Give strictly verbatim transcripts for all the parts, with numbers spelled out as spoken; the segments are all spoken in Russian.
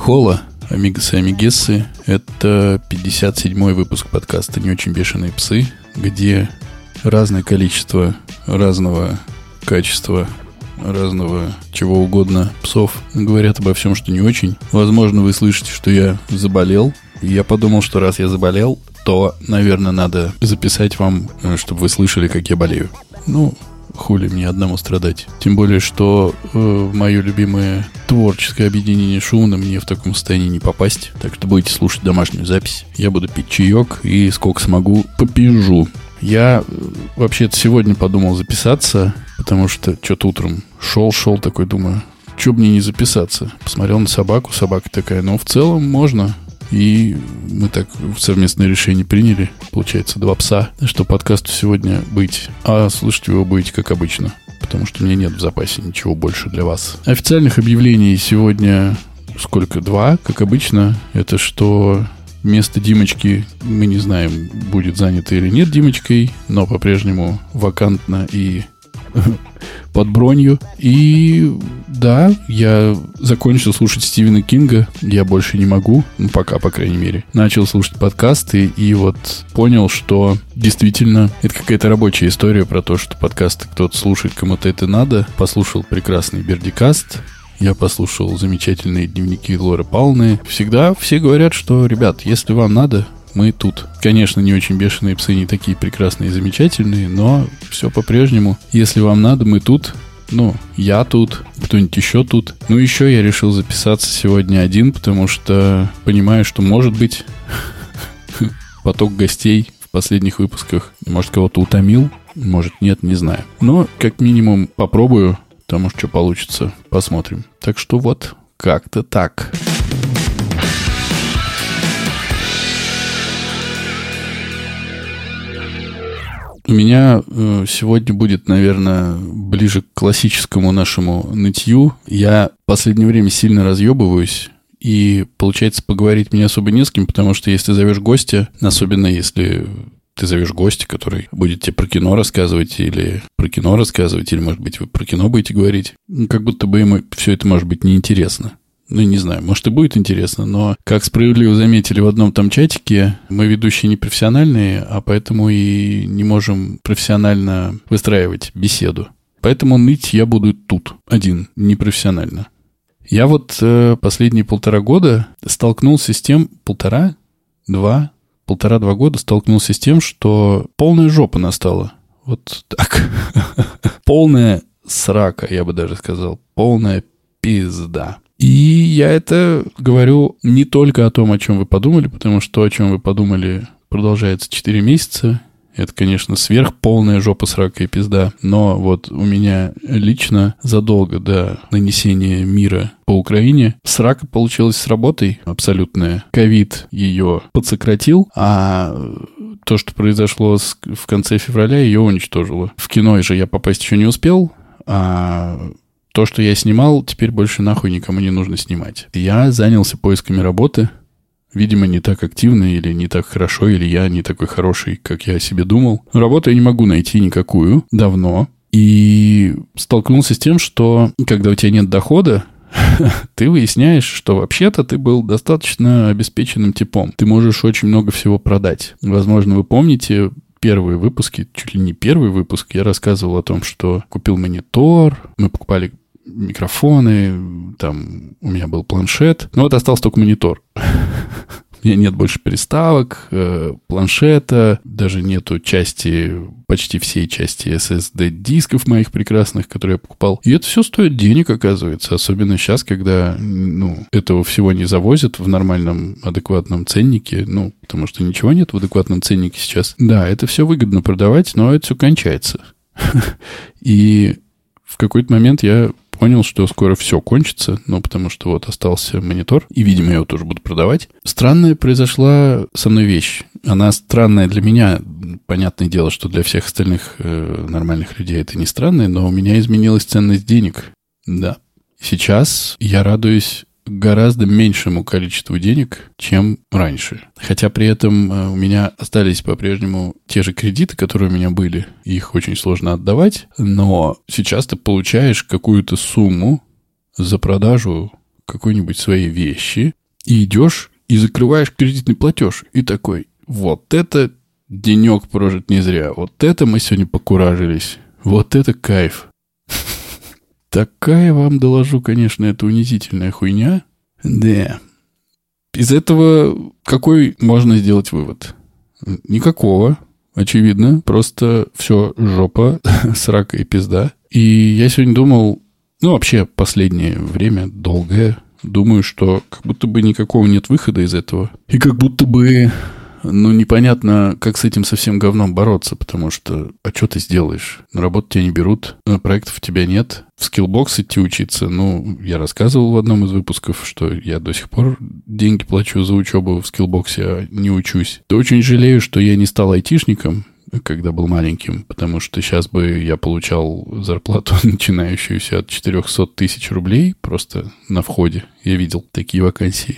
Хола, амигосы и амигессы, это пятьдесят седьмой выпуск подкаста «Не очень бешеные псы», где разное количество разного качества, разного чего угодно псов говорят обо всем, что не очень. Возможно, вы слышите, что я заболел. И я подумал, что раз я заболел, то, наверное, надо записать вам, чтобы вы слышали, как я болею. Ну, хули мне одному страдать. Тем более, что э, мое любимое творческое объединение «Шумно» мне в таком состоянии не попасть. Так что будете слушать домашнюю запись. Я буду пить чаек и сколько смогу попижу. Я э, вообще-то сегодня подумал записаться, потому что что-то утром шел-шел такой, думаю, что бы мне не записаться. Посмотрел на собаку, собака такая, ну, в целом можно. И мы так совместное решение приняли. Получается, два пса, что подкасту сегодня быть, а слушать его будете как обычно, потому что у меня нет в запасе ничего больше для вас. Официальных объявлений сегодня сколько? Два, как обычно. Это что место Димочки, мы не знаем, будет занято или нет Димочкой, но по-прежнему вакантно и под бронью. И да, я закончил слушать Стивена Кинга. Я больше не могу, ну пока, по крайней мере. Начал слушать подкасты и вот понял, что действительно это какая-то рабочая история про то, что подкасты кто-то слушает, кому-то это надо. Послушал прекрасный Бердикаст. Я послушал замечательные дневники Лоры Палны. Всегда все говорят, что, ребят, если вам надо, мы тут. Конечно, не очень бешеные псы, не такие прекрасные и замечательные, но все по-прежнему. Если вам надо, мы тут. Ну, я тут, кто-нибудь еще тут. Ну, еще я решил записаться сегодня один, потому что понимаю, что, может быть, поток гостей в последних выпусках, может, кого-то утомил, может, нет, не знаю. Но, как минимум, попробую, потому что что получится, посмотрим. Так что вот, как-то так. У меня э, сегодня будет, наверное, ближе к классическому нашему нытью. Я в последнее время сильно разъебываюсь, и, получается, поговорить мне особо не с кем, потому что если ты зовешь гостя, особенно если ты зовешь гостя, который будет тебе про кино рассказывать, или про кино рассказывать, или, может быть, вы про кино будете говорить, как будто бы ему все это может быть неинтересно. Ну, не знаю, может, и будет интересно, но, как справедливо заметили в одном там чатике, мы ведущие не профессиональные, а поэтому и не можем профессионально выстраивать беседу. Поэтому ныть я буду тут, один, непрофессионально. Я вот э, последние полтора года столкнулся с тем, полтора, два, полтора-два года столкнулся с тем, что полная жопа настала. Вот так. Полная срака, я бы даже сказал. Полная пизда. И я это говорю не только о том, о чем вы подумали, потому что то, о чем вы подумали, продолжается четыре месяца. Это, конечно, сверхполная жопа, срака и пизда. Но вот у меня лично задолго до нанесения мира по Украине срака получилась с работой абсолютная. Ковид ее подсократил, а то, что произошло в конце февраля, ее уничтожило. В кино же я попасть еще не успел, а то, что я снимал, теперь больше нахуй никому не нужно снимать. Я занялся поисками работы. Видимо, не так активно или не так хорошо, или я не такой хороший, как я о себе думал. Работу я не могу найти никакую давно. И столкнулся с тем, что когда у тебя нет дохода, ты выясняешь, что вообще-то ты был достаточно обеспеченным типом. Ты можешь очень много всего продать. Возможно, вы помните первые выпуски, чуть ли не первый выпуск, я рассказывал о том, что купил монитор, мы покупали микрофоны, там у меня был планшет. Но вот остался только монитор. У меня нет больше приставок, э, планшета, даже нету части, почти всей части эс эс ди-дисков моих прекрасных, которые я покупал. И это все стоит денег, оказывается. Особенно сейчас, когда ну, этого всего не завозят в нормальном, адекватном ценнике. Ну, потому что ничего нет в адекватном ценнике сейчас. Да, это все выгодно продавать, но это все кончается. И в какой-то момент я понял, что скоро все кончится, ну, потому что вот остался монитор, и, видимо, я его тоже буду продавать. Странная произошла со мной вещь. Она странная для меня. Понятное дело, что для всех остальных э, нормальных людей это не странное, но у меня изменилась ценность денег. Да. Сейчас я радуюсь гораздо меньшему количеству денег, чем раньше. Хотя при этом у меня остались по-прежнему те же кредиты, которые у меня были. Их очень сложно отдавать. Но сейчас ты получаешь какую-то сумму за продажу какой-нибудь своей вещи и идешь и закрываешь кредитный платеж. И такой, вот это денек прожит не зря. Вот это мы сегодня покуражились. Вот это кайф. Такая, вам доложу, конечно, это унизительная хуйня. Да. Из этого какой можно сделать вывод? Никакого. Очевидно. Просто все жопа, срака и пизда. И я сегодня думал, ну, вообще, последнее время долгое, думаю, что как будто бы никакого нет выхода из этого. И как будто бы, ну, непонятно, как с этим совсем говном бороться, потому что, а что ты сделаешь? На работу тебя не берут, проектов у тебя нет. В Skillbox идти учиться, ну, я рассказывал в одном из выпусков, что я до сих пор деньги плачу за учебу в Skillbox, а не учусь. Да очень жалею, что я не стал айтишником, когда был маленьким, потому что сейчас бы я получал зарплату, начинающуюся от четыреста тысяч рублей, просто на входе. Я видел такие вакансии.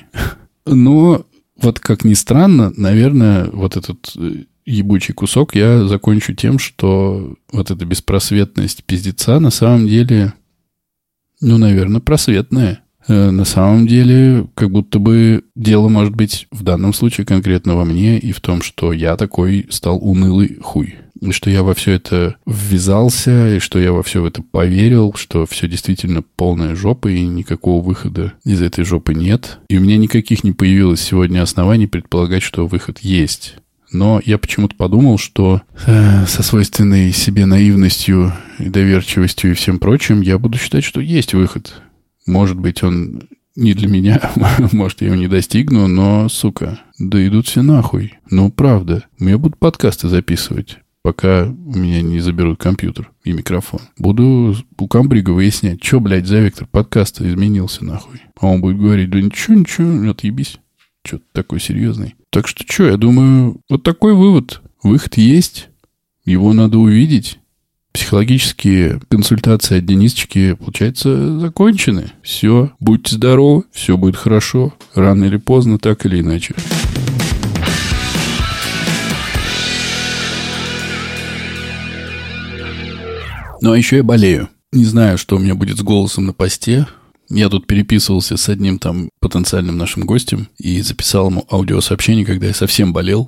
Но вот как ни странно, наверное, вот этот ебучий кусок я закончу тем, что вот эта беспросветность пиздеца на самом деле, ну, наверное, просветная. На самом деле, как будто бы дело может быть в данном случае конкретно во мне и в том, что я такой стал унылый хуй. И что я во все это ввязался, и что я во все это поверил, что все действительно полная жопа, и никакого выхода из этой жопы нет. И у меня никаких не появилось сегодня оснований предполагать, что выход есть. Но я почему-то подумал, что э, со свойственной себе наивностью и доверчивостью и всем прочим я буду считать, что есть выход. Может быть, он не для меня, может, я его не достигну, но, сука, да идут все нахуй. Ну, правда. Я буду подкасты записывать, пока у меня не заберут компьютер и микрофон. Буду у Камбрига выяснять, что, блядь, за вектор подкаста изменился, нахуй. А он будет говорить, да ничего, ничего, отъебись. Что-то такой серьезный. Так что, что, я думаю, вот такой вывод. Выход есть, его надо увидеть. Психологические консультации от Денисочки, получается, закончены. Все, будьте здоровы, все будет хорошо. Рано или поздно, так или иначе. Ну, а еще я болею. Не знаю, что у меня будет с голосом на посте. Я тут переписывался с одним там потенциальным нашим гостем и записал ему аудиосообщение, когда я совсем болел.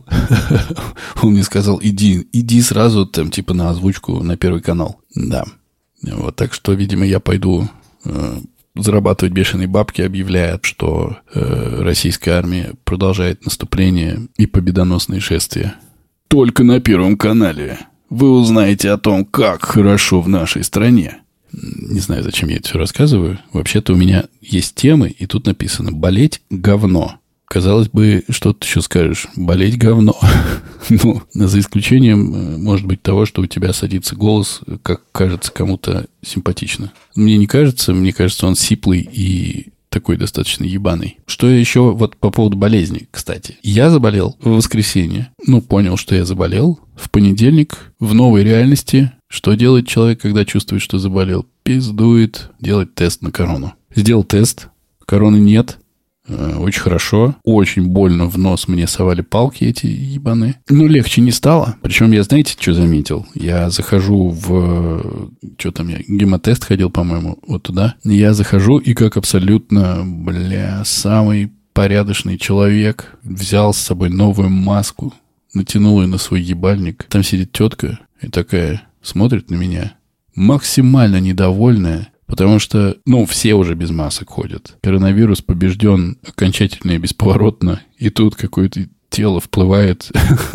Он мне сказал, иди, иди сразу там типа на озвучку на Первый канал. Да. Вот так что, видимо, я пойду э, зарабатывать бешеные бабки, объявляя, что э, российская армия продолжает наступление и победоносные шествия. Только на Первом канале вы узнаете о том, как хорошо в нашей стране. Не знаю, зачем я это все рассказываю. Вообще-то у меня есть темы, и тут написано «болеть говно». Казалось бы, что ты еще скажешь? Болеть говно. Ну, за исключением, может быть, того, что у тебя садится голос, как кажется кому-то симпатично. Мне не кажется, мне кажется, он сиплый и такой достаточно ебаный. Что еще вот по поводу болезни, кстати. Я заболел в воскресенье. Ну, понял, что я заболел. В понедельник в новой реальности. Что делает человек, когда чувствует, что заболел? Пиздует делать тест на корону. Сделал тест. Короны нет. Очень хорошо. Очень больно в нос мне совали палки эти ебаные. Но легче не стало. Причем я, знаете, что заметил? Я захожу в... Что там я? Гемотест ходил, по-моему, вот туда. Я захожу и как абсолютно, бля, самый порядочный человек взял с собой новую маску, натянул ее на свой ебальник. Там сидит тетка и такая смотрит на меня, максимально недовольная. Потому что, ну, все уже без масок ходят. Коронавирус побежден окончательно и бесповоротно. И тут какое-то тело вплывает,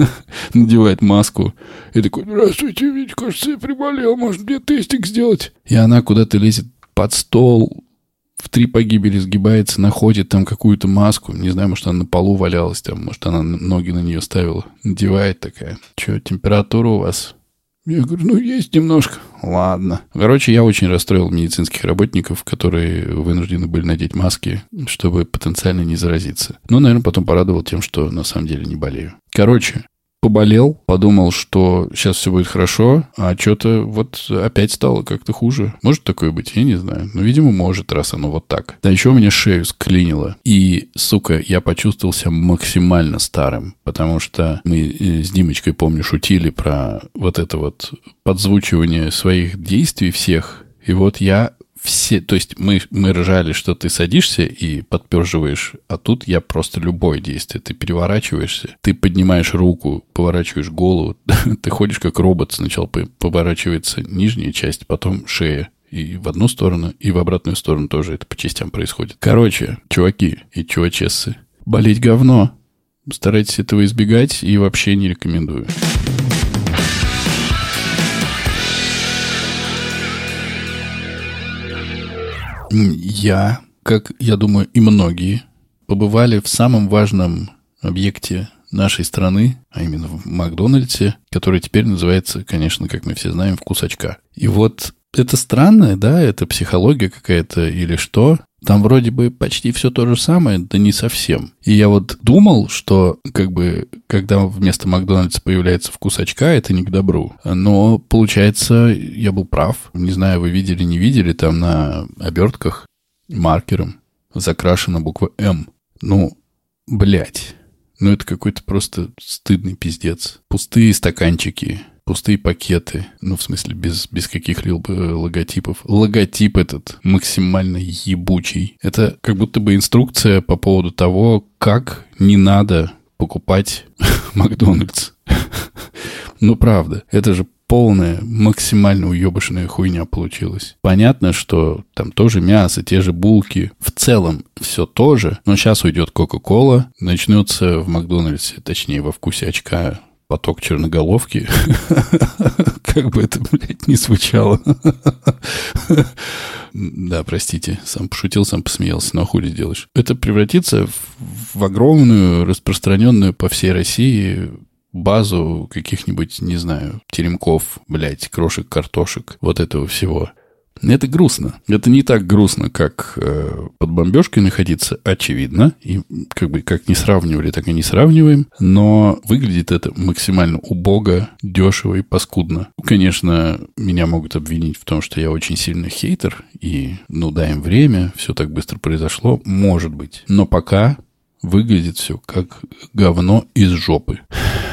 надевает маску. И такой, здравствуйте, ведь, кажется, я приболел, может, мне тестик сделать? И она куда-то лезет под стол, в три погибели сгибается, находит там какую-то маску. Не знаю, может, она на полу валялась там, может, она ноги на нее ставила. Надевает такая. Че, температура у вас? Я говорю, ну, есть немножко. Ладно. Короче, я очень расстроил медицинских работников, которые вынуждены были надеть маски, чтобы потенциально не заразиться. Но, наверное, потом порадовал тем, что на самом деле не болею. Короче, поболел, подумал, что сейчас все будет хорошо, а что-то вот опять стало как-то хуже. Может такое быть? Я не знаю. Но, видимо, может, раз оно вот так. Да еще у меня шею склинило. И, сука, я почувствовал себя максимально старым, потому что мы с Димочкой, помню, шутили про вот это вот подзвучивание своих действий всех. И вот я все... То есть мы, мы ржали, что ты садишься и подперживаешь, а тут я просто любое действие. Ты переворачиваешься, ты поднимаешь руку, поворачиваешь голову, ты ходишь как робот. Сначала поворачивается нижняя часть, потом шея. И в одну сторону, и в обратную сторону тоже это по частям происходит. Короче, чуваки и чувачессы, болеть говно. Старайтесь этого избегать и вообще не рекомендую. Я, как я думаю, и многие, побывали в самом важном объекте нашей страны, а именно в Макдональдсе, который теперь называется, конечно, как мы все знаем, «Вкус очка». И вот это странно, да, это психология какая-то или что. Там вроде бы почти все то же самое, да не совсем. И я вот думал, что как бы, когда вместо Макдональдса появляется «Вкус очка», это не к добру. Но, получается, я был прав. Не знаю, вы видели, не видели, там на обертках маркером закрашена буква «М». Ну, блядь. Ну, это какой-то просто стыдный пиздец. Пустые стаканчики, пустые пакеты. Ну, в смысле, без, без каких-либо логотипов. Логотип этот максимально ебучий. Это как будто бы инструкция по поводу того, как не надо покупать Макдональдс. Ну, правда. Это же полная, максимально уебышная хуйня получилась. Понятно, что там тоже мясо, те же булки. В целом все то же. Но сейчас уйдет Кока-Кола. Начнется в Макдональдсе, точнее, во «Вкусе очка», поток черноголовки. Как бы это, блядь, не звучало. Да, простите, сам пошутил, сам посмеялся, но хули делаешь. Это превратится в огромную, распространенную по всей России базу каких-нибудь, не знаю, теремков, блядь, крошек-картошек, вот этого всего. Это грустно. Это не так грустно, как э, под бомбежкой находиться, очевидно. И как бы как не сравнивали, так и не сравниваем. Но выглядит это максимально убого, дешево и паскудно. Конечно, меня могут обвинить в том, что я очень сильный хейтер. И, ну, дай им время, все так быстро произошло. Может быть. Но пока выглядит все как говно из жопы.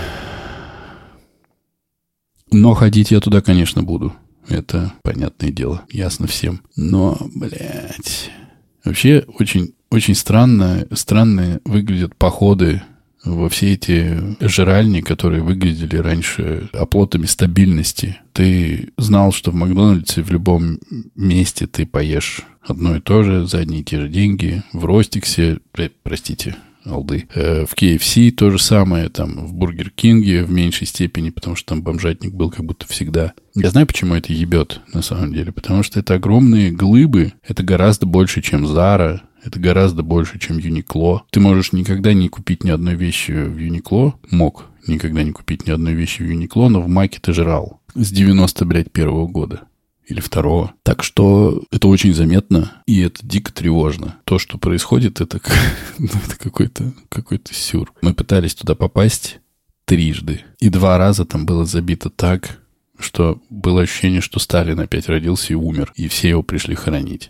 Но ходить я туда, конечно, буду. Это понятное дело, ясно всем. Но, блядь, вообще очень, очень странно, странно выглядят походы во все эти жральни, которые выглядели раньше оплотами стабильности. Ты знал, что в Макдональдсе в любом месте ты поешь одно и то же, за одни и те же деньги. В Ростиксе, простите, алды. В кей эф си то же самое, там, в Бургер Кинге в меньшей степени, потому что там бомжатник был как будто всегда. Я знаю, почему это ебет, на самом деле. Потому что это огромные глыбы, это гораздо больше, чем Zara, это гораздо больше, чем Uniqlo. Ты можешь никогда не купить ни одной вещи в Uniqlo, мог никогда не купить ни одной вещи в Uniqlo, но в Маке ты жрал с девяносто первого года. Или второго. Так что это очень заметно, и это дико тревожно. То, что происходит, это, это какой-то, какой-то сюр. Мы пытались туда попасть трижды, и два раза там было забито так, что было ощущение, что Сталин опять родился и умер, и все его пришли хоронить.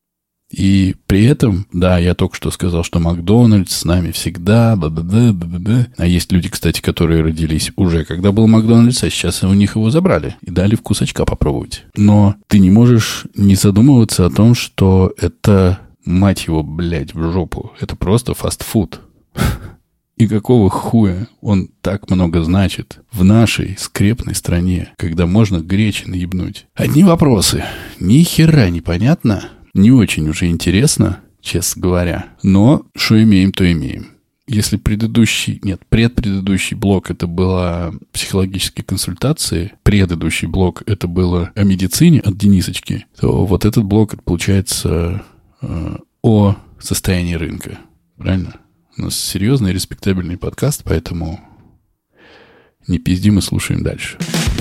И при этом, да, я только что сказал, что Макдональдс с нами всегда, бла-бла-бла, бла-бла-бла. А есть люди, кстати, которые родились уже, когда был Макдональдс, а сейчас у них его забрали и дали «Вкус очка» попробовать. Но ты не можешь не задумываться о том, что это, мать его, блядь, в жопу. Это просто фастфуд. И какого хуя он так много значит в нашей скрепной стране, когда можно гречи наебнуть? Одни вопросы. Ни хера непонятно. Не очень уже интересно, честно говоря. Но что имеем, то имеем. Если предыдущий, нет, предпредыдущий блок это была психологические консультации, предыдущий блок это было о медицине от Денисочки, то вот этот блок, это получается э, о состоянии рынка. Правильно? У нас серьезный, респектабельный подкаст, поэтому не пиздим и слушаем дальше.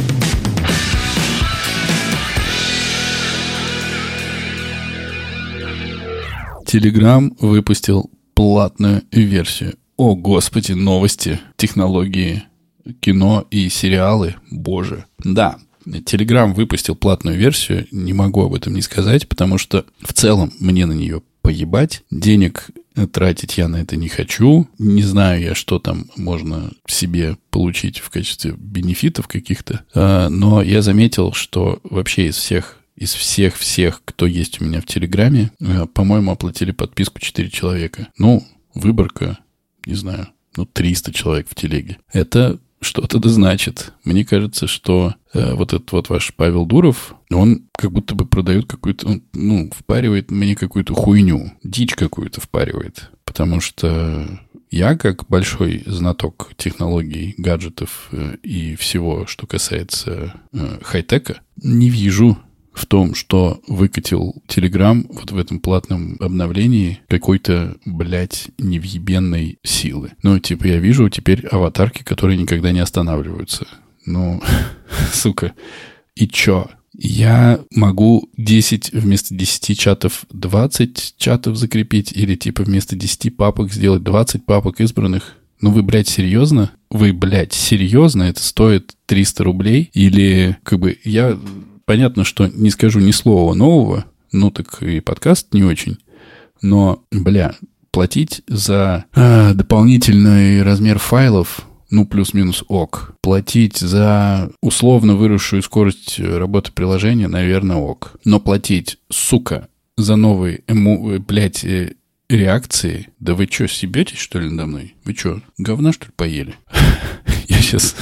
Telegram выпустил платную версию. О, господи, новости, технологии, кино и сериалы. Боже. Да, Telegram выпустил платную версию. Не могу об этом не сказать, потому что в целом мне на нее поебать. Денег тратить я на это не хочу. Не знаю я, что там можно себе получить в качестве бенефитов каких-то. Но я заметил, что вообще из всех из всех-всех, кто есть у меня в Телеграме, по-моему, оплатили подписку четыре человека. Ну, выборка, не знаю, ну, триста человек в телеге. Это что-то да значит. Мне кажется, что э, вот этот вот ваш Павел Дуров, он как будто бы продает какую-то, он, ну, впаривает мне какую-то хуйню, дичь какую-то впаривает. Потому что я, как большой знаток технологий, гаджетов э, и всего, что касается э, хай-тека, не вижу в том, что выкатил Telegram вот в этом платном обновлении какой-то, блядь, невъебенной силы. Ну, типа, я вижу теперь аватарки, которые никогда не останавливаются. Ну, сука, и чё? Я могу десять вместо десяти чатов двадцать чатов закрепить или, типа, вместо десяти папок сделать двадцать папок избранных. Ну, вы, блядь, серьезно? Вы, блядь, серьезно? Это стоит триста рублей? Или, как бы, я... Понятно, что не скажу ни слова нового, ну так и подкаст не очень, но, бля, платить за а, дополнительный размер файлов, ну, плюс-минус ок. Платить за условно выросшую скорость работы приложения, наверное, ок. Но платить, сука, за новые, эму, блядь, реакции, да вы что, съебетесь, что ли, надо мной? Вы что, говна, что ли, поели? Я сейчас...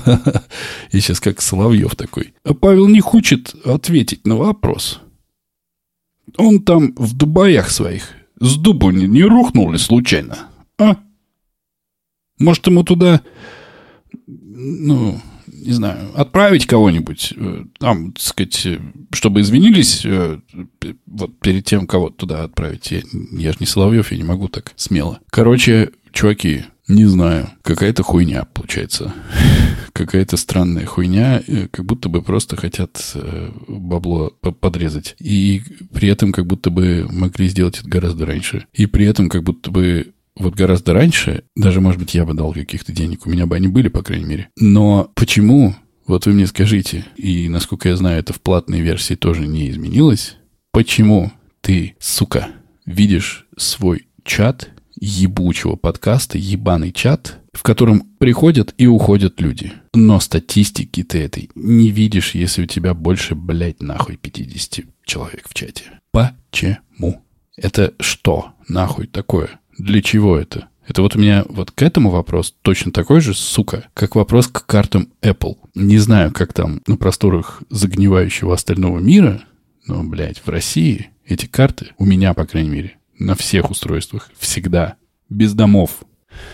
Я сейчас как Соловьев такой. А Павел не хочет ответить на вопрос. Он там в Дубаях своих с дубу не, не рухнул ли случайно? А? Может, ему туда, ну, не знаю, отправить кого-нибудь, там, так сказать, чтобы извинились, вот перед тем, кого туда отправить. Я, я же не Соловьев, я не могу так смело. Короче, чуваки, не знаю, какая-то хуйня получается. Какая-то странная хуйня, как будто бы просто хотят бабло подрезать. И при этом как будто бы могли сделать это гораздо раньше. И при этом как будто бы вот гораздо раньше, даже, может быть, я бы дал каких-то денег, у меня бы они были, по крайней мере. Но почему, вот вы мне скажите, и, насколько я знаю, это в платной версии тоже не изменилось, почему ты, сука, видишь свой чат ебучего подкаста, ебаный чат, в котором приходят и уходят люди. Но статистики ты этой не видишь, если у тебя больше, блядь, нахуй пятьдесят человек в чате. Почему? Это что, нахуй, такое? Для чего это? Это вот у меня вот к этому вопрос точно такой же, сука, как вопрос к картам Apple. Не знаю, как там на просторах загнивающего остального мира, но, блядь, в России эти карты, у меня, по крайней мере, на всех устройствах, всегда, без домов.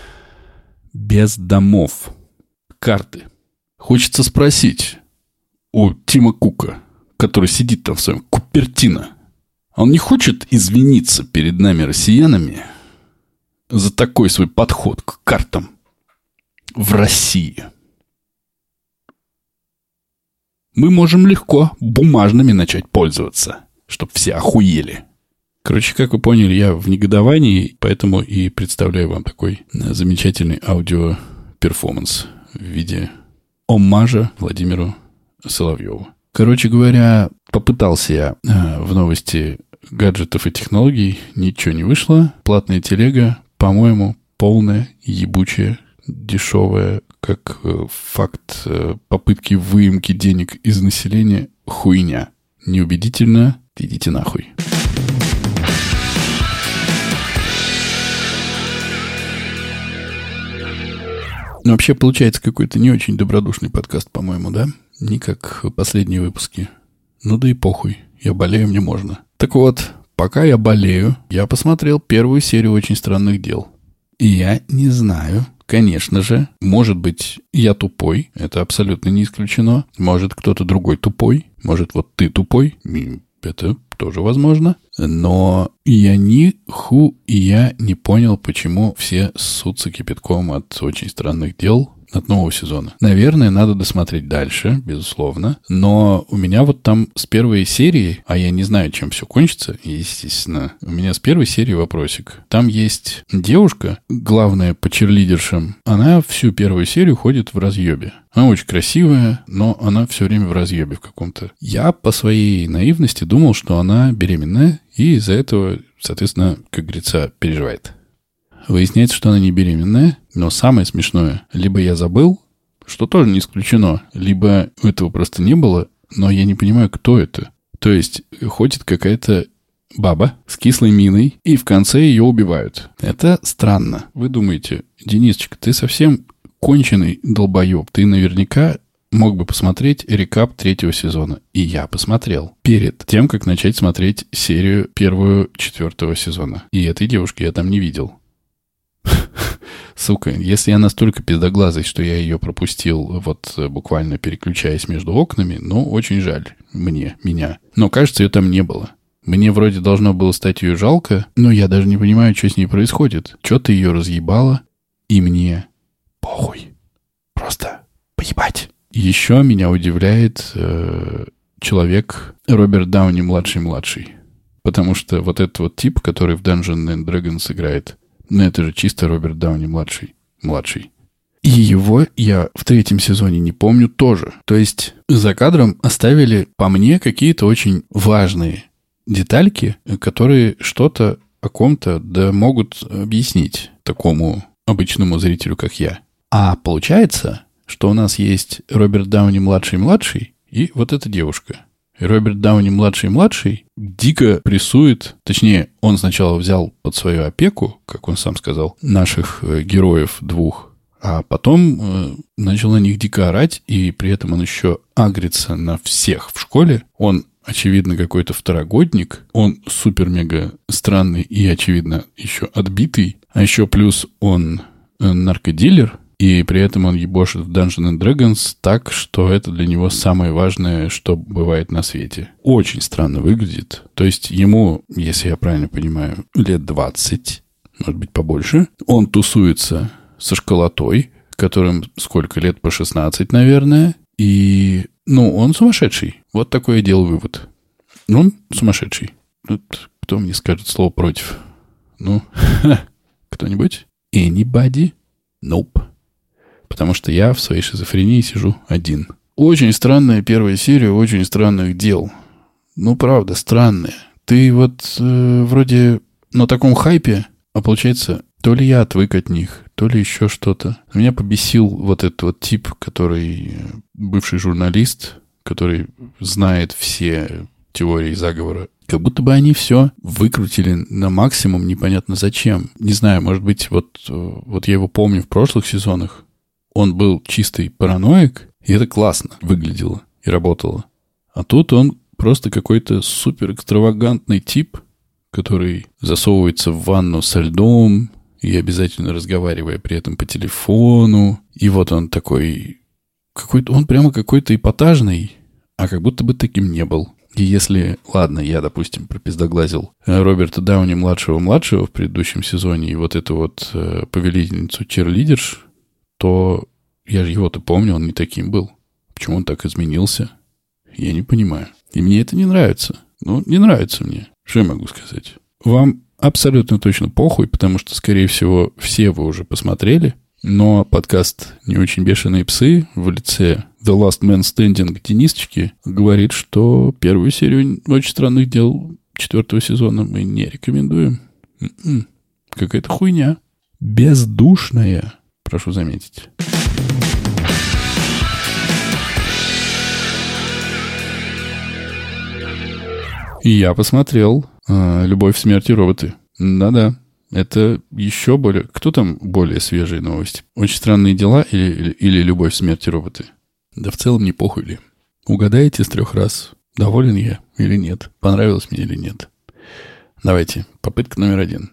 Без домов. Карты. Хочется спросить у Тима Кука, который сидит там в своем Купертино, он не хочет извиниться перед нами, россиянами, за такой свой подход к картам в России? Мы можем легко бумажными начать пользоваться, чтоб все охуели. Короче, как вы поняли, я в негодовании, поэтому и представляю вам такой замечательный аудиоперформанс в виде оммажа Владимиру Соловьеву. Короче говоря, попытался я в новости гаджетов и технологий, ничего не вышло. Платная телега, по-моему, полная, ебучая, дешевая, как факт попытки выемки денег из населения, хуйня. Неубедительно, идите нахуй. Ну, вообще, получается какой-то не очень добродушный подкаст, по-моему, да? Не как последние выпуски. Ну да и похуй. Я болею, мне можно. Так вот, пока я болею, я посмотрел первую серию «Очень странных дел». И я не знаю, конечно же, может быть, я тупой, это абсолютно не исключено. Может, кто-то другой тупой, может, вот ты тупой, это тоже возможно. Но я ни хуя не понял, почему все ссутся кипятком от «Очень странных дел», от нового сезона. Наверное, надо досмотреть дальше, безусловно. Но у меня вот там с первой серии, а я не знаю, чем все кончится, естественно, у меня с первой серии вопросик. Там есть девушка, главная по черлидершам, она всю первую серию ходит в разъебе. Она очень красивая, но она все время в разъебе в каком-то. Я по своей наивности думал, что она беременная, и из-за этого, соответственно, как говорится, переживает. Выясняется, что она не беременная, но самое смешное, либо я забыл, что тоже не исключено, либо этого просто не было, но я не понимаю, кто это. То есть ходит какая-то баба с кислой миной, и в конце ее убивают. Это странно. Вы думаете, Денисочка, ты совсем конченый долбоеб. Ты наверняка мог бы посмотреть рекап третьего сезона. И я посмотрел. Перед тем, как начать смотреть серию первую четвертого сезона. И этой девушки я там не видел. Сука, если я настолько пиздоглазый, что я ее пропустил, вот буквально переключаясь между окнами, ну, очень жаль мне, меня. Но, кажется, ее там не было. Мне вроде должно было стать ее жалко, но я даже не понимаю, что с ней происходит. Что-то ее разъебало, и мне похуй. Просто поебать. Еще меня удивляет э, человек Роберт Дауни младший-младший. Потому что вот этот вот тип, который в Dungeons and Dragons играет, ну, это же чисто Роберт Дауни младший. Младший. И его я в третьем сезоне не помню тоже. То есть за кадром оставили, по мне, какие-то очень важные детальки, которые что-то о ком-то да могут объяснить такому обычному зрителю, как я. А получается, что у нас есть Роберт Дауни младший-младший и вот эта девушка. И Роберт Дауни младший-младший дико прессует, точнее, он сначала взял под свою опеку, как он сам сказал, наших э, героев двух, а потом э, начал на них дико орать, и при этом он еще агрится на всех в школе. Он, очевидно, какой-то второгодник, он супер-мега странный и, очевидно, еще отбитый, а еще плюс он э, наркодилер, и при этом он ебошит в Dungeons and Dragons так, что это для него самое важное, что бывает на свете. Очень странно выглядит. То есть ему, если я правильно понимаю, лет двадцать, может быть, побольше. Он тусуется со школотой, которым сколько лет? По шестнадцать, наверное. И, ну, он сумасшедший. Вот такой я делал вывод. Он сумасшедший. Тут кто мне скажет слово против? Ну, кто-нибудь? Anybody? Nope. Потому что я в своей шизофрении сижу один. Очень странная первая серия очень странных дел. Ну, правда, странная. Ты вот э, вроде на таком хайпе, а получается, то ли я отвык от них, то ли еще что-то. Меня побесил вот этот вот тип, который бывший журналист, который знает все теории заговора. Как будто бы они все выкрутили на максимум, непонятно зачем. Не знаю, может быть, вот, вот я его помню в прошлых сезонах. Он был чистый параноик, и это классно выглядело и работало. А тут он просто какой-то супер экстравагантный тип, который засовывается в ванну со льдом и обязательно разговаривая при этом по телефону. И вот он такой... какой-то, он прямо какой-то эпатажный, а как будто бы таким не был. И если, ладно, я, допустим, пропиздоглазил Роберта Дауни младшего-младшего в предыдущем сезоне и вот эту вот э, повелительницу черлидерш, то я же его-то помню, он не таким был. Почему он так изменился? Я не понимаю. И мне это не нравится. Ну, не нравится мне. Что я могу сказать? Вам абсолютно точно похуй, потому что, скорее всего, все вы уже посмотрели. Но подкаст «Не очень бешеные псы» в лице The Last Man Standing Денисочки говорит, что первую серию «Очень странных дел» четвертого сезона мы не рекомендуем. М-м. Какая-то хуйня. Бездушная. Прошу заметить. И я посмотрел э, «Любовь, смерть и роботы». Да-да, это еще более... Кто там более свежие новости? «Очень странные дела» или, или, или «Любовь, смерть и роботы»? Да в целом не похуй ли. Угадайте с трех раз, доволен я или нет, понравилось мне или нет. Давайте, попытка номер один.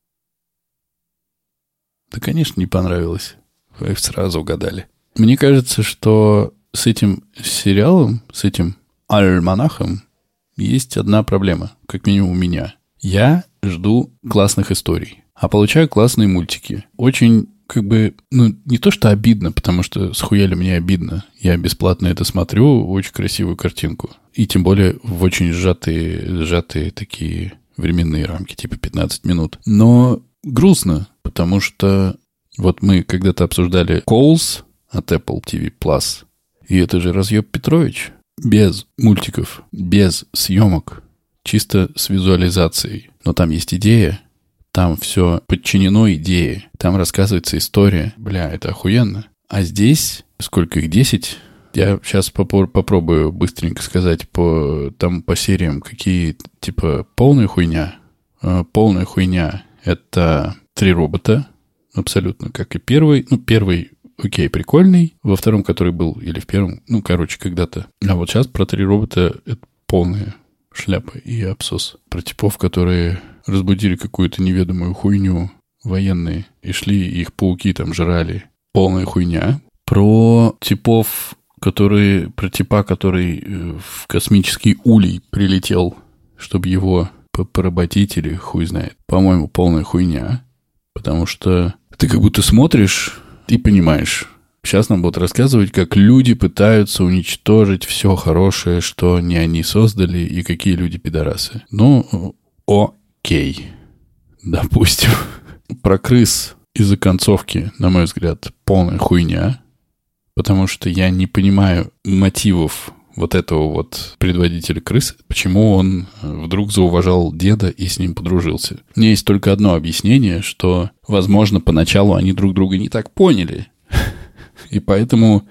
Да, конечно, не понравилось. Вы сразу угадали. Мне кажется, что с этим сериалом, с этим альманахом есть одна проблема, как минимум у меня. Я жду классных историй, а получаю классные мультики. Очень, как бы, ну, не то что обидно, потому что схуяли мне обидно. Я бесплатно это смотрю, очень красивую картинку. И тем более в очень сжатые, сжатые такие временные рамки, типа пятнадцать минут. Но грустно, потому что вот мы когда-то обсуждали Calls от Apple ти ви Plus, и это же разъеб Петрович. Без мультиков, без съемок, чисто с визуализацией. Но там есть идея, там все подчинено идее, там рассказывается история. Бля, это охуенно. А здесь, сколько их, десять Я сейчас попор- попробую быстренько сказать по, там, по сериям, какие, типа, полная хуйня. Полная хуйня — это «Три робота», абсолютно, как и первый. Ну, первый, окей, прикольный. Во втором, который был, или в первом, ну, короче, когда-то. А вот сейчас про «Три робота» — это полная шляпа и абсос. Про типов, которые разбудили какую-то неведомую хуйню, военные, и шли, и их пауки там жрали. Полная хуйня. Про типов, которые... Про типа, который в космический улей прилетел, чтобы его поработить или хуй знает. По-моему, полная хуйня. Потому что ты как будто смотришь и понимаешь. Сейчас нам будут рассказывать, как люди пытаются уничтожить все хорошее, что не они создали, и какие люди пидорасы. Ну, окей. Допустим. Про крыс из-за концовки, на мой взгляд, полная хуйня. Потому что я не понимаю мотивов вот этого вот предводителя крыс, почему он вдруг зауважал деда и с ним подружился. У меня есть только одно объяснение, что, возможно, поначалу они друг друга не так поняли. И поэтому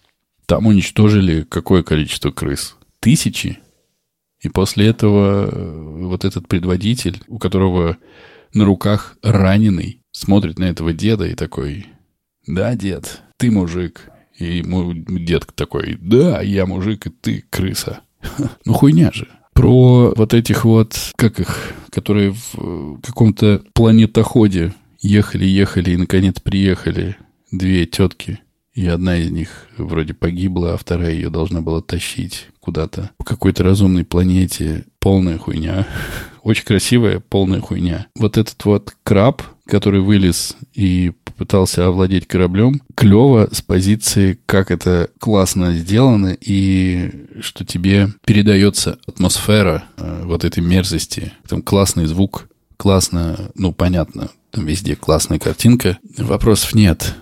там уничтожили какое количество крыс? Тысячи. И после этого вот этот предводитель, у которого на руках раненый, смотрит на этого деда и такой: «Да, дед, ты мужик». И ему дед такой: «Да, я мужик, и ты крыса». Ну, хуйня же. Про вот этих вот, как их, которые в каком-то планетоходе ехали-ехали и, наконец, приехали две тетки. И одна из них вроде погибла, а вторая ее должна была тащить куда-то по какой-то разумной планете. Полная хуйня. Очень красивая, полная хуйня. Вот этот вот краб, который вылез и пытался овладеть кораблем, клево с позиции, как это классно сделано, и что тебе передается атмосфера э, вот этой мерзости. Там классный звук, классно, ну, понятно, там везде классная картинка. Вопросов нет.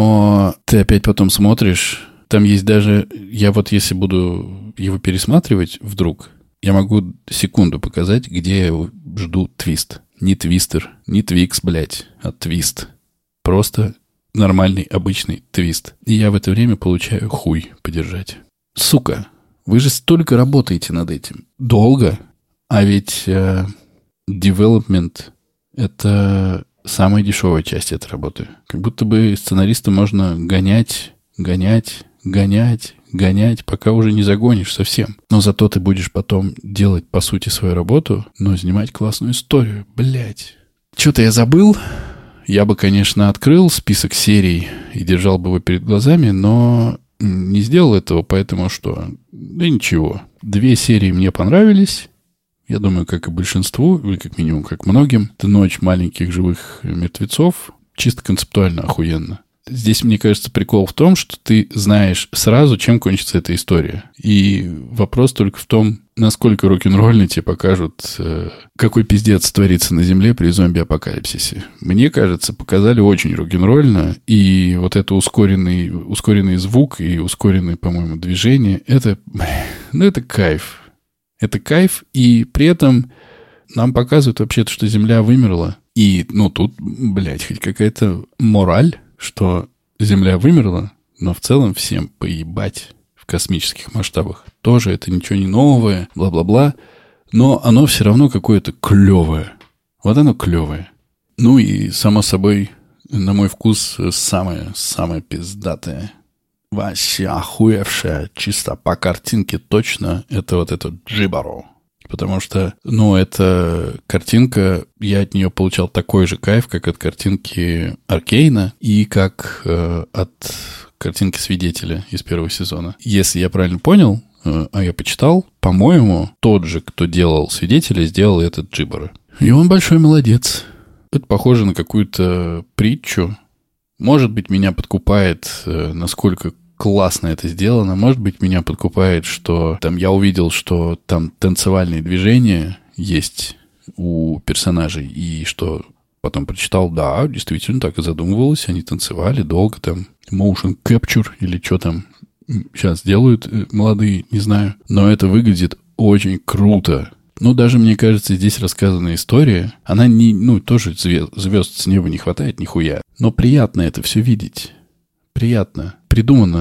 Но ты опять потом смотришь, там есть даже... Я вот если буду его пересматривать вдруг, я могу секунду показать, где я жду твист. Не твистер, не твикс, блядь, а твист. Просто нормальный, обычный твист. И я в это время получаю хуй подержать. Сука, вы же столько работаете над этим. Долго. А ведь э, development — это самая дешевая часть этой работы. Как будто бы сценариста можно гонять, гонять, гонять, гонять, пока уже не загонишь совсем. Но зато ты будешь потом делать, по сути, свою работу, но снимать классную историю. Блять. Что-то я забыл. Я бы, конечно, открыл список серий и держал бы его перед глазами, но не сделал этого, поэтому что? Да ничего. Две серии мне понравились. Я думаю, как и большинству, или как минимум, как многим. Это «Ночь маленьких живых мертвецов». Чисто концептуально охуенно. Здесь, мне кажется, прикол в том, что ты знаешь сразу, чем кончится эта история. И вопрос только в том, насколько рок-н-ролльно тебе покажут, э, какой пиздец творится на Земле при зомби-апокалипсисе. Мне кажется, показали очень рок-н-ролльно, и вот это ускоренный, ускоренный звук и ускоренное, по-моему, движение, это, ну, это кайф. Это кайф, и при этом нам показывают вообще-то, что Земля вымерла. И, ну, тут, блядь, хоть какая-то мораль, что Земля вымерла, но в целом всем поебать в космических масштабах. Тоже это ничего не новое, бла-бла-бла, но оно все равно какое-то клевое. Вот оно клевое. Ну и, само собой, на мой вкус, самое-самое пиздатое, вообще охуевшее, чисто по картинке точно, это вот это Джибаро. Потому что, ну, эта картинка, я от нее получал такой же кайф, как от картинки Аркейна и как э, от картинки Свидетеля из первого сезона. Если я правильно понял, э, а я почитал, по-моему, тот же, кто делал Свидетеля, сделал этот Джибаро. И он большой молодец. Это похоже на какую-то притчу. Может быть, меня подкупает, э, насколько классно это сделано. Может быть, меня подкупает, что там я увидел, что там танцевальные движения есть у персонажей, и что потом прочитал, да, действительно так и задумывалось, они танцевали долго, там motion capture или что там сейчас делают молодые, не знаю. Но это выглядит очень круто. Ну, даже, мне кажется, здесь рассказанная история, она не, ну, тоже звезд, звезд с неба не хватает нихуя. Но приятно это все видеть. Приятно. Придумано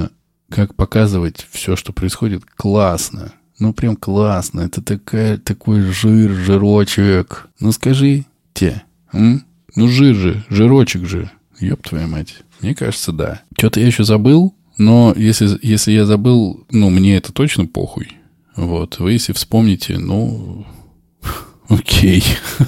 как показывать все, что происходит, классно. Ну, прям классно. Это такая, такой жир, жирочек. Ну, скажите, м? Ну, жир же, жирочек же. Ёб твою мать. Мне кажется, да. Что-то я еще забыл, но если, если я забыл, ну, мне это точно похуй. Вот. Вы, если вспомните, ну... Окей.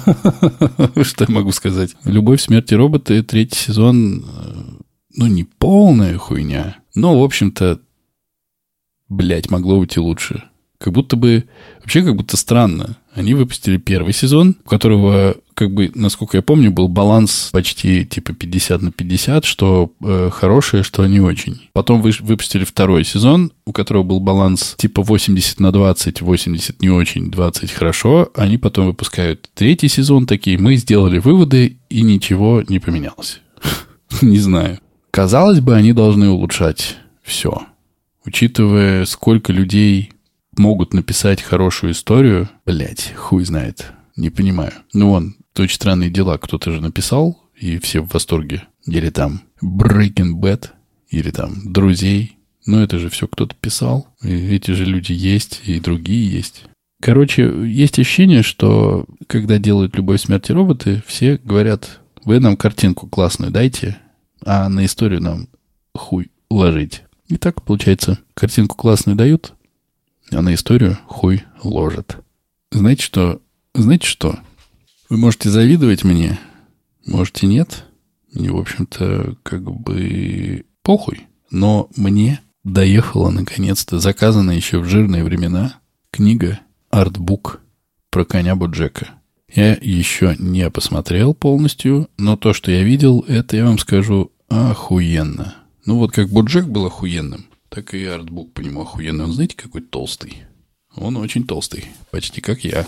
Что я могу сказать? «Любовь, смерть и роботы», третий сезон, ну, не полная хуйня, но, в общем-то, блядь, могло быть и лучше. Как будто бы... Вообще, как будто странно. Они выпустили первый сезон, у которого, как бы, насколько я помню, был баланс почти типа пятьдесят на пятьдесят, что э, хорошее, что не очень. Потом вы, выпустили второй сезон, у которого был баланс типа восемьдесят на двадцать, восемьдесят не очень, двадцать хорошо. Они потом выпускают третий сезон, такие, мы сделали выводы, и ничего не поменялось. Не знаю. Казалось бы, они должны улучшать все. Учитывая, сколько людей... могут написать хорошую историю, блять, хуй знает, не понимаю. Ну, вон, «Очень странные дела» кто-то же написал, и все в восторге. Или там Breaking Bad, или там «Друзей». Ну, это же все кто-то писал. И эти же люди есть, и другие есть. Короче, есть ощущение, что когда делают «Любовь, смерть и роботы», все говорят, вы нам картинку классную дайте, а на историю нам хуй ложить. И так, получается, картинку классную дают, а на историю хуй ложат. Знаете что? Знаете что? Вы можете завидовать мне, можете нет. Мне, в общем-то, как бы похуй. Но мне доехала, наконец-то, заказанная еще в жирные времена книга «Артбук» про коня Боджека. Я еще не посмотрел полностью, но то, что я видел, это, я вам скажу, охуенно. Ну, вот как Боджек был охуенным, так и артбук по нему охуенный. Он, знаете, какой толстый? Он очень толстый. Почти как я.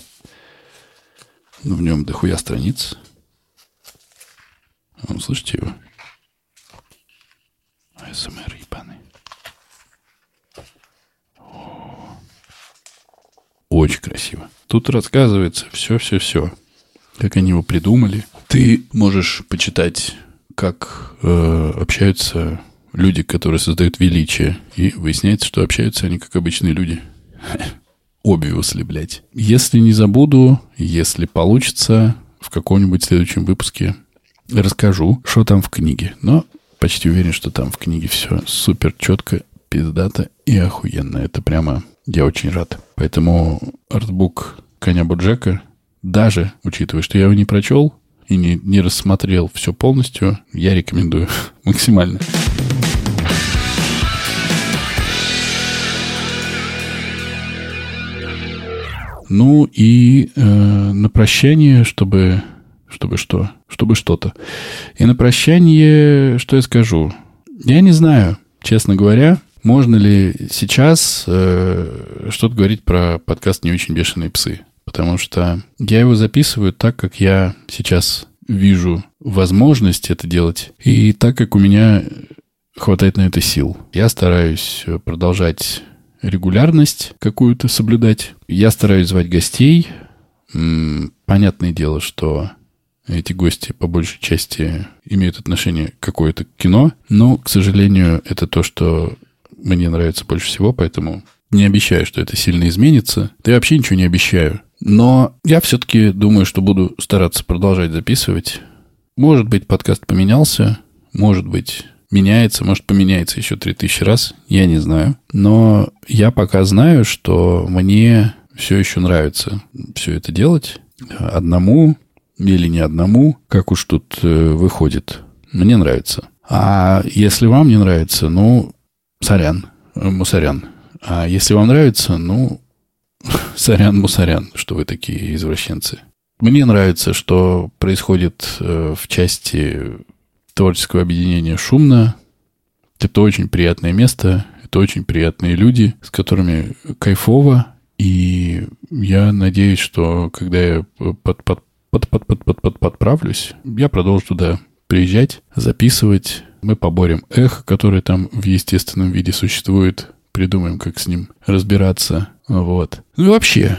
Но в нем дохуя страниц. Вы слышите его? АСМР ебаный. Очень красиво. Тут рассказывается все-все-все. Как они его придумали. Ты можешь почитать, как э, общаются... люди, которые создают величие. И выясняется, что общаются они как обычные люди. Obviously, блядь. Если не забуду, если получится, в каком-нибудь следующем выпуске расскажу, что там в книге. Но почти уверен, что там в книге все супер четко, пиздато и охуенно. Это прямо... Я очень рад. Поэтому артбук коня Боджека, даже учитывая, что я его не прочел и не, не рассмотрел все полностью, я рекомендую максимально. Ну и э, на прощание, чтобы, чтобы что? Чтобы что-то. И на прощание, что я скажу? Я не знаю, честно говоря, можно ли сейчас э, что-то говорить про подкаст «Не очень бешеные псы». Потому что я его записываю так, как я сейчас вижу возможность это делать. И так, как у меня хватает на это сил. Я стараюсь продолжать... регулярность какую-то соблюдать. Я стараюсь звать гостей. Понятное дело, что эти гости по большей части имеют отношение какое-то к кино, но, к сожалению, это то, что мне нравится больше всего, поэтому не обещаю, что это сильно изменится. Да я вообще ничего не обещаю. Но я все-таки думаю, что буду стараться продолжать записывать. Может быть, подкаст поменялся, может быть... меняется, может, поменяется еще три тысячи раз, я не знаю. Но я пока знаю, что мне все еще нравится все это делать. Одному или не одному, как уж тут э, выходит. Мне нравится. А если вам не нравится, ну, сорян, мусорян. А если вам нравится, ну, сорян, мусорян, что вы такие извращенцы. Мне нравится, что происходит э, в части... творческого объединения «Шумно». Это очень приятное место, это очень приятные люди, с которыми кайфово. И я надеюсь, что когда я под, под, под, под, под, под, под, подправлюсь, я продолжу туда приезжать, записывать. Мы поборем эхо, которое там в естественном виде существует. Придумаем, как с ним разбираться. Вот. Ну и вообще,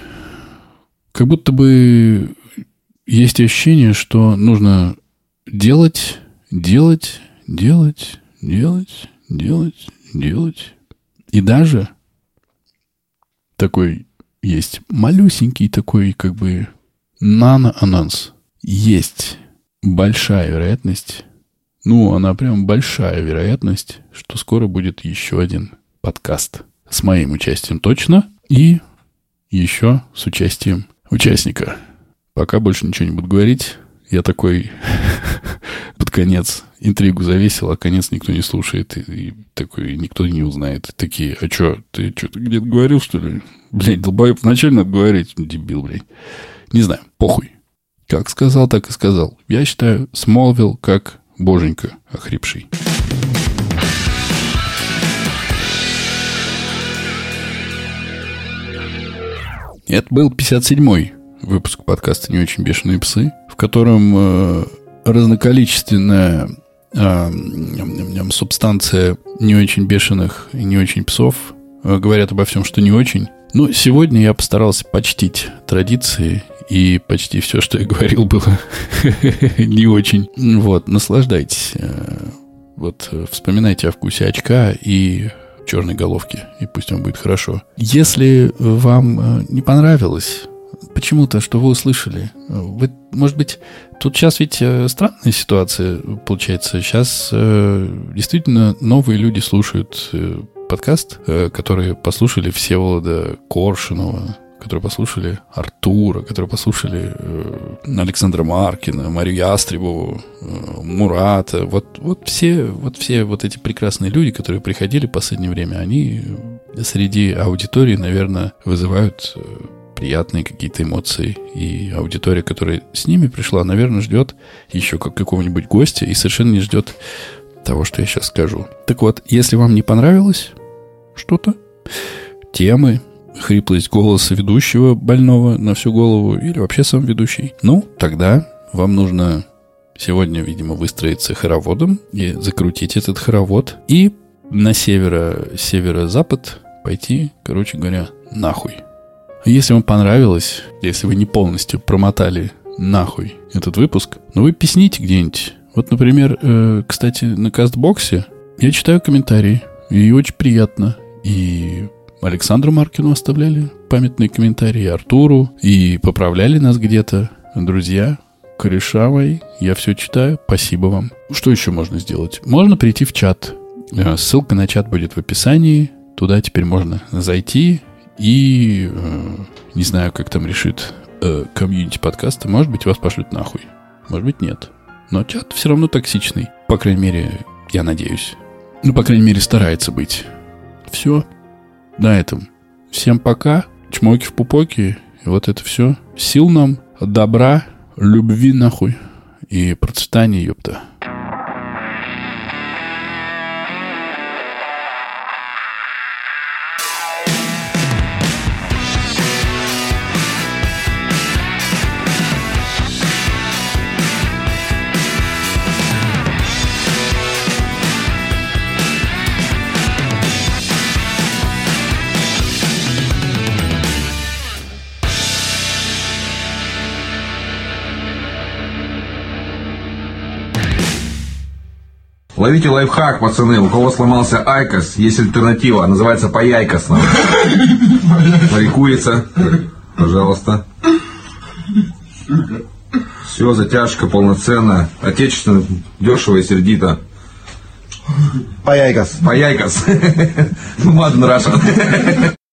как будто бы есть ощущение, что нужно делать... Делать, делать, делать, делать, делать И даже такой есть малюсенький такой как бы нано-анонс. Есть большая вероятность, ну, она прям большая вероятность, что скоро будет еще один подкаст с моим участием точно и еще с участием участника. Пока больше ничего не буду говорить. Я такой под конец интригу завесил, а конец никто не слушает. И, и такой никто не узнает. Такие, а что, ты что-то где-то говорил, что ли? Блядь, долбоеб, вначале надо говорить. Дебил, блядь. Не знаю, похуй. Как сказал, так и сказал. Я считаю, Смолвилл как боженька охрипший. Это был пятьдесят седьмой выпуск подкаста «Не очень бешеные псы», в котором э, разноколичественная э, субстанция не очень бешеных и не очень псов э, говорят обо всем, что не очень. Но сегодня я постарался почтить традиции, и почти все, что я говорил, было не очень. Вот, наслаждайтесь. Вот, вспоминайте о вкусе очка и черной головки, и пусть вам будет хорошо. Если вам не понравилось почему-то, что вы услышали, вы, может быть, тут сейчас ведь странная ситуация получается. Сейчас действительно новые люди слушают подкаст, которые послушали Всеволода Коршунова, которые послушали Артура, которые послушали э, Александра Маркина, Марию Ястребову, э, Мурата. Вот, вот, все, вот все вот эти прекрасные люди, которые приходили в последнее время, они среди аудитории, наверное, вызывают э, приятные какие-то эмоции. И аудитория, которая с ними пришла, наверное, ждет еще как какого-нибудь гостя и совершенно не ждет того, что я сейчас скажу. Так вот, если вам не понравилось что-то, темы, хриплость голоса ведущего больного на всю голову или вообще сам ведущий, ну, тогда вам нужно сегодня, видимо, выстроиться хороводом и закрутить этот хоровод и на северо, северо-запад пойти, короче говоря, нахуй. Если вам понравилось, если вы не полностью промотали нахуй этот выпуск, ну вы песните где-нибудь. Вот, например, э, кстати, на Кастбоксе я читаю комментарии, и очень приятно. И Александру Маркину оставляли памятные комментарии, Артуру, и поправляли нас где-то. Друзья, кореша мои, я все читаю, спасибо вам. Что еще можно сделать? Можно прийти в чат. Ссылка на чат будет в описании. Туда теперь можно зайти и, э, не знаю, как там решит э, комьюнити подкаста, может быть, вас пошлют нахуй. Может быть, нет. Но чат все равно токсичный. По крайней мере, я надеюсь. Ну, по крайней мере, старается быть. Все. На этом. Всем пока. Чмоки в пупоки. И вот это все. Сил нам, добра, любви нахуй. И процветания, ёпта. Ловите лайфхак, пацаны. У кого сломался айкос, есть альтернатива. Называется паяйкос. Лайкуется. Пожалуйста. Все, затяжка полноценная. Отечественно, дешево и сердито. Паяйкос. Паяйкос. Мадн Раша.